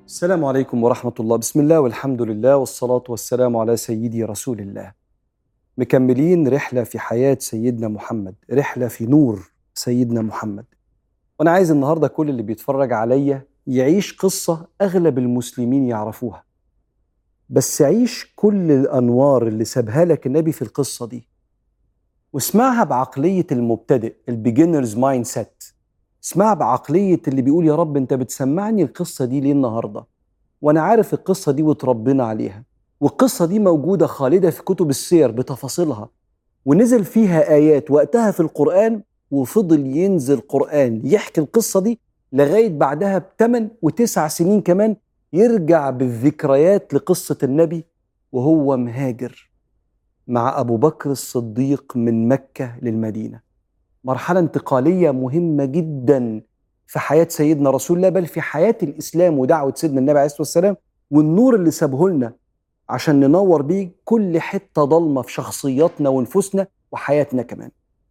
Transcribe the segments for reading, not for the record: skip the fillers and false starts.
السلام عليكم ورحمة الله. بسم الله والحمد لله والصلاة والسلام على سيدي رسول الله. مكملين رحلة في حياة سيدنا محمد، رحلة في نور سيدنا محمد. وأنا عايز النهاردة كل اللي بيتفرج عليا يعيش قصة أغلب المسلمين يعرفوها، بس عيش كل الأنوار اللي سابها لك النبي في القصة دي، واسمعها بعقلية المبتدئ، البيجنرز مايند سيت. اسمعها بعقلية اللي بيقول يا رب أنت بتسمعني القصة دي ليه النهاردة؟ وأنا عارف القصة دي وتربينا عليها، والقصة دي موجودة خالدة في كتب السير بتفاصيلها، ونزل فيها آيات وقتها في القرآن، وفضل ينزل قرآن يحكي القصة دي لغاية بعدها ب8 و9 سنين كمان، يرجع بالذكريات لقصة النبي وهو مهاجر مع أبو بكر الصديق من مكة للمدينة. مرحلة انتقالية مهمة جدا في حياة سيدنا رسول الله، بل في حياة الإسلام ودعوة سيدنا النبي عليه الصلاة والسلام، والنور اللي سابه لنا عشان ننور بيه كل حتة ضلمة في شخصياتنا ونفوسنا وحياتنا كمان.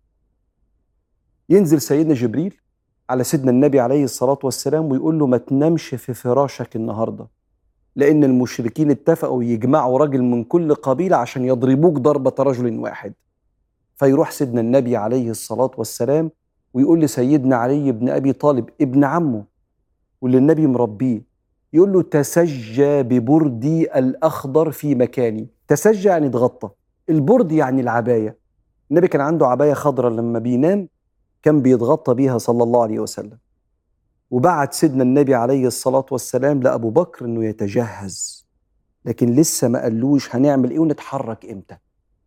ينزل سيدنا جبريل على سيدنا النبي عليه الصلاة والسلام ويقول له ما تنامش في فراشك النهاردة، لأن المشركين اتفقوا يجمعوا راجل من كل قبيلة عشان يضربوك ضربة رجل واحد. فيروح سيدنا النبي عليه الصلاة والسلام ويقول لسيدنا علي بن أبي طالب ابن عمه واللي النبي مربيه، يقول له تسجى ببردي الأخضر في مكاني. تسجى يعني اتغطى، البرد يعني العباية. النبي كان عنده عباية خضراء لما بينام كان بيتغطى بيها صلى الله عليه وسلم. وبعت سيدنا النبي عليه الصلاة والسلام لأبو بكر أنه يتجهز، لكن لسه ما قالوش هنعمل إيه ونتحرك إمتى.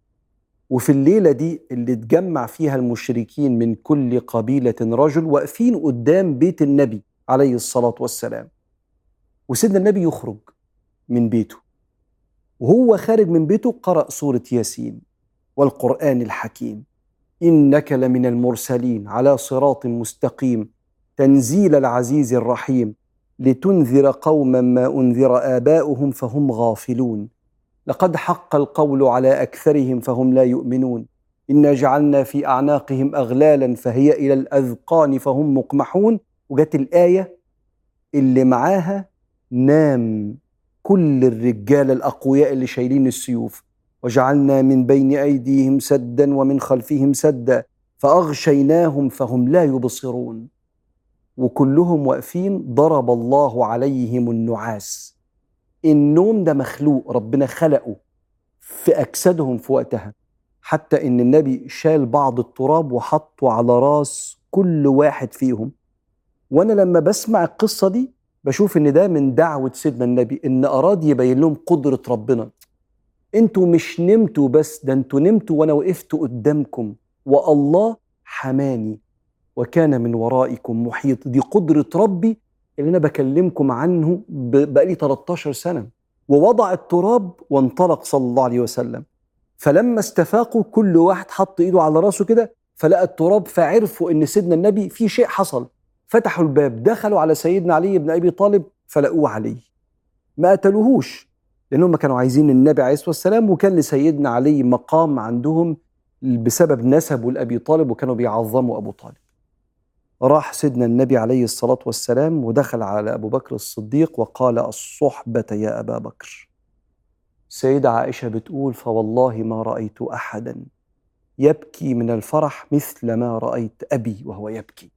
وفي الليلة دي اللي اتجمع فيها المشركين من كل قبيلة رجل واقفين قدام بيت النبي عليه الصلاة والسلام، وسيدنا النبي يخرج من بيته، وهو خارج من بيته قرأ سورة ياسين والقرآن الحكيم، إنك لمن المرسلين على صراط مستقيم تنزيل العزيز الرحيم لتنذر قوما ما أنذر آباؤهم فهم غافلون لقد حق القول على أكثرهم فهم لا يؤمنون إنا جعلنا في أعناقهم أغلالا فهي إلى الأذقان فهم مقمحون. وجت الآية اللي معاها نام كل الرجال الأقوياء اللي شايلين السيوف، وجعلنا من بين أيديهم سدا ومن خلفهم سدا فأغشيناهم فهم لا يبصرون. وكلهم واقفين ضرب الله عليهم النعاس. النوم ده مخلوق ربنا خلقه في أجسادهم في وقتها، حتى إن النبي شال بعض التراب وحطه على راس كل واحد فيهم. وأنا لما بسمع القصة دي بشوف إن ده من دعوة سيدنا النبي، إن أراد يبين لهم قدرة ربنا. انتوا مش نمتوا بس، ده انتوا نمتوا وأنا وقفت قدامكم والله حماني وكان من ورائكم محيط. دي قدرة ربي اللي أنا بكلمكم عنه بقالي 13 سنة. ووضع التراب وانطلق صلى الله عليه وسلم، فلما استفاقوا كل واحد حط إيده على راسه كده فلقى التراب، فعرفوا إن سيدنا النبي في شيء حصل. فتحوا الباب دخلوا على سيدنا علي بن أبي طالب فلقوه علي. ما قتلوهوش لأنهم كانوا عايزين النبي عليه الصلاة والسلام، وكان لسيدنا علي مقام عندهم بسبب نسبه لأبي طالب وكانوا بيعظموا أبو طالب. راح سيدنا النبي عليه الصلاة والسلام ودخل على أبو بكر الصديق وقال الصحبة يا أبا بكر. السيدة عائشة بتقول فوالله ما رأيت أحدا يبكي من الفرح مثل ما رأيت أبي وهو يبكي.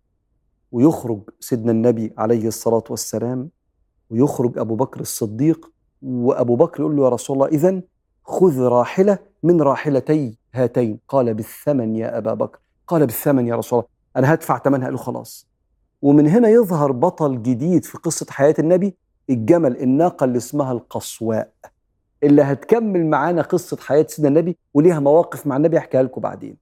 ويخرج سيدنا النبي عليه الصلاة والسلام ويخرج أبو بكر الصديق، وأبو بكر يقول له يا رسول الله إذن خذ راحلة من راحلتي هاتين. قال بالثمن يا أبا بكر. قال بالثمن يا رسول الله، أنا هدفع ثمنها. قال له خلاص. ومن هنا يظهر بطل جديد في قصة حياة النبي، الجمل، الناقة اللي اسمها القصواء، اللي هتكمل معانا قصة حياة سيدنا النبي وليها مواقف مع النبي أحكيها لكم بعدين.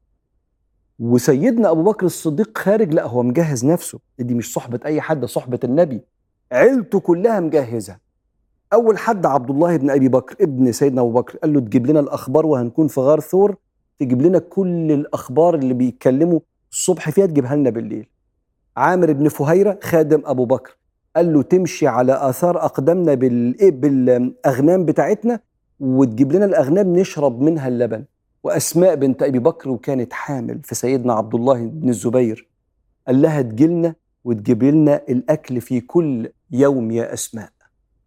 وسيدنا أبو بكر الصديق خارج، لا هو مجهز نفسه، دي مش صحبة أي حد، صحبة النبي، عيلته كلها مجهزة. أول حد عبد الله بن أبي بكر ابن سيدنا أبو بكر، قال له تجيب لنا الأخبار وهنكون في غار ثور، تجيب لنا كل الأخبار اللي بيتكلموا الصبح فيها تجيبها لنا بالليل. عامر بن فهيرة خادم أبو بكر قال له تمشي على آثار أقدامنا بالأغنام بتاعتنا وتجيب لنا الأغنام نشرب منها اللبن. وأسماء بنت أبي بكر وكانت حامل في سيدنا عبد الله بن الزبير، قال لها تجيلنا وتجيب لنا الأكل في كل يوم يا أسماء.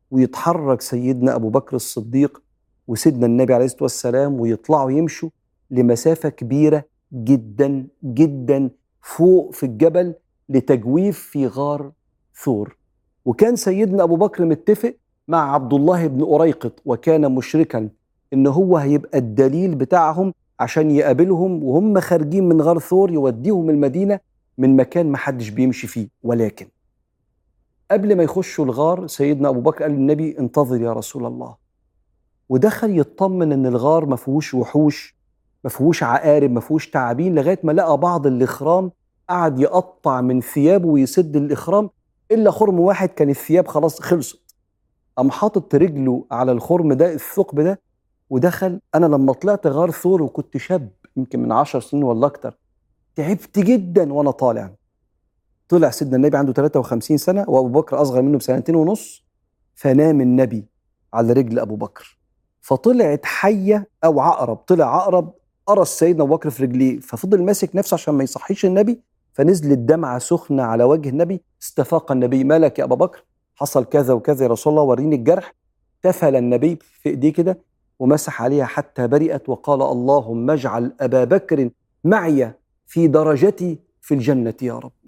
ويتحرك سيدنا أبو بكر الصديق وسيدنا النبي عليه الصلاة والسلام ويطلعوا يمشوا لمسافة كبيرة جدا جدا فوق في الجبل لتجويف في غار ثور. وكان سيدنا أبو بكر متفق مع عبد الله بن أريقط وكان مشركا إن هو هيبقى الدليل بتاعهم عشان يقابلهم وهم خارجين من غار ثور، يوديهم المدينة من مكان محدش بيمشي فيه. ولكن قبل ما يخشوا الغار سيدنا أبو بكر قال للنبي انتظر يا رسول الله، ودخل يطمن ان الغار ما فيهوش وحوش، ما فيهوش عقارب، ما فيهوش تعابين، لغايه ما لقى بعض الاخرام قعد يقطع من ثيابه ويسد الاخرام الا خرم واحد كان الثياب خلاص خلصت. قام حاطط رجله على الخرم ده الثقب ده ودخل. انا لما طلعت غار ثور وكنت شاب يمكن من 10 سنين ولا اكتر تعبت جدا وانا طالع. طلع سيدنا النبي عنده 53 سنه وابو بكر اصغر منه بسنتين ونص، فنام النبي على رجل ابو بكر، فطلعت حيه او عقرب، طلع عقرب قرص سيدنا ابو بكر في رجليه، ففضل ماسك نفسه عشان ما يصحيش النبي، فنزلت دمعه سخنه على وجه النبي. استفاق النبي، مالك يا ابا بكر؟ حصل كذا وكذا يا رسول الله، وريني الجرح. تفل النبي في ايديه كده ومسح عليها حتى برئت وقال اللهم اجعل ابا بكر معي في درجتي في الجنه يا رب.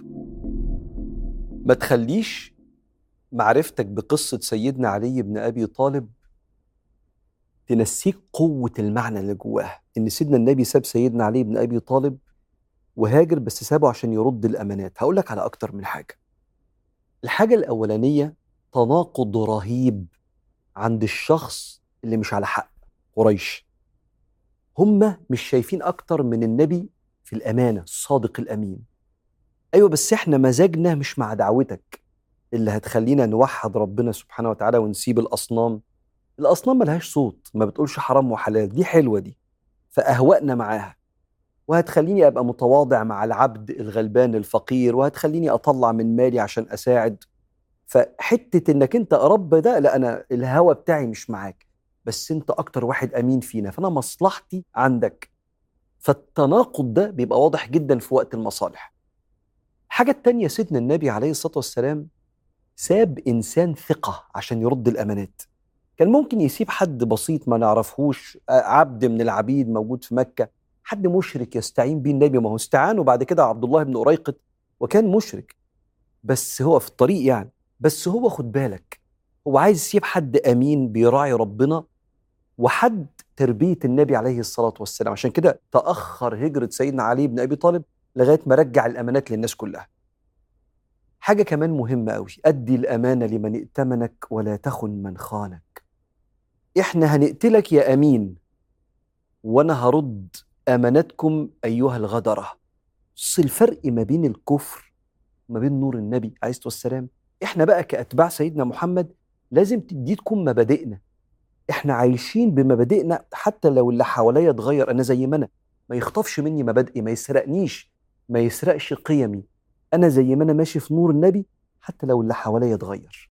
ما تخليش معرفتك بقصه سيدنا علي بن ابي طالب تنسيك قوة المعنى اللي جواها، إن سيدنا النبي ساب سيدنا علي بن أبي طالب وهاجر، بس سابه عشان يرد الأمانات. هقولك على أكتر من حاجة. الحاجة الأولانية تناقض رهيب عند الشخص اللي مش على حق. قريش هم مش شايفين أكتر من النبي في الأمانة، الصادق الأمين. أيوة بس إحنا مزاجنا مش مع دعوتك اللي هتخلينا نوحد ربنا سبحانه وتعالى ونسيب الأصنام. الأصنام ملهاش صوت، ما بتقولش حرام وحلال، دي حلوة دي، فأهوأنا معاها، وهتخليني أبقى متواضع مع العبد الغلبان الفقير، وهتخليني أطلع من مالي عشان أساعد. فحتة إنك أنت رب ده، لا، أنا الهوى بتاعي مش معاك، بس أنت أكتر واحد أمين فينا، فأنا مصلحتي عندك. فالتناقض ده بيبقى واضح جدا في وقت المصالح. الحاجة التانية، سيدنا النبي عليه الصلاة والسلام ساب إنسان ثقة عشان يرد الأمانات. كان ممكن يسيب حد بسيط ما نعرفهوش، عبد من العبيد موجود في مكة، حد مشرك يستعين بيه النبي، ما هو استعانوا بعد كده عبد الله بن أريقط وكان مشرك، بس هو في الطريق يعني. بس هو خد بالك، هو عايز يسيب حد أمين بيراعي ربنا وحد تربية النبي عليه الصلاة والسلام. عشان كده تأخر هجرة سيدنا علي بن أبي طالب لغاية ما رجع الأمانات للناس كلها. حاجة كمان مهمة قوي، أدي الأمانة لمن ائتمنك ولا تخن من خانك. إحنا هنقتلك يا أمين وأنا هرد أمانتكم أيها الغدرة. بص الفرق ما بين الكفر وما بين نور النبي عليه الصلاة والسلام. إحنا بقى كأتباع سيدنا محمد لازم تدي تكون مبادئنا، إحنا عايشين بمبادئنا حتى لو اللي حواليا اتغير. أنا زي ما أنا، ما يخطفش مني مبادئي، ما يسرقنيش، ما يسرقش قيمي. أنا زي ما أنا ماشي في نور النبي حتى لو اللي حواليا اتغير.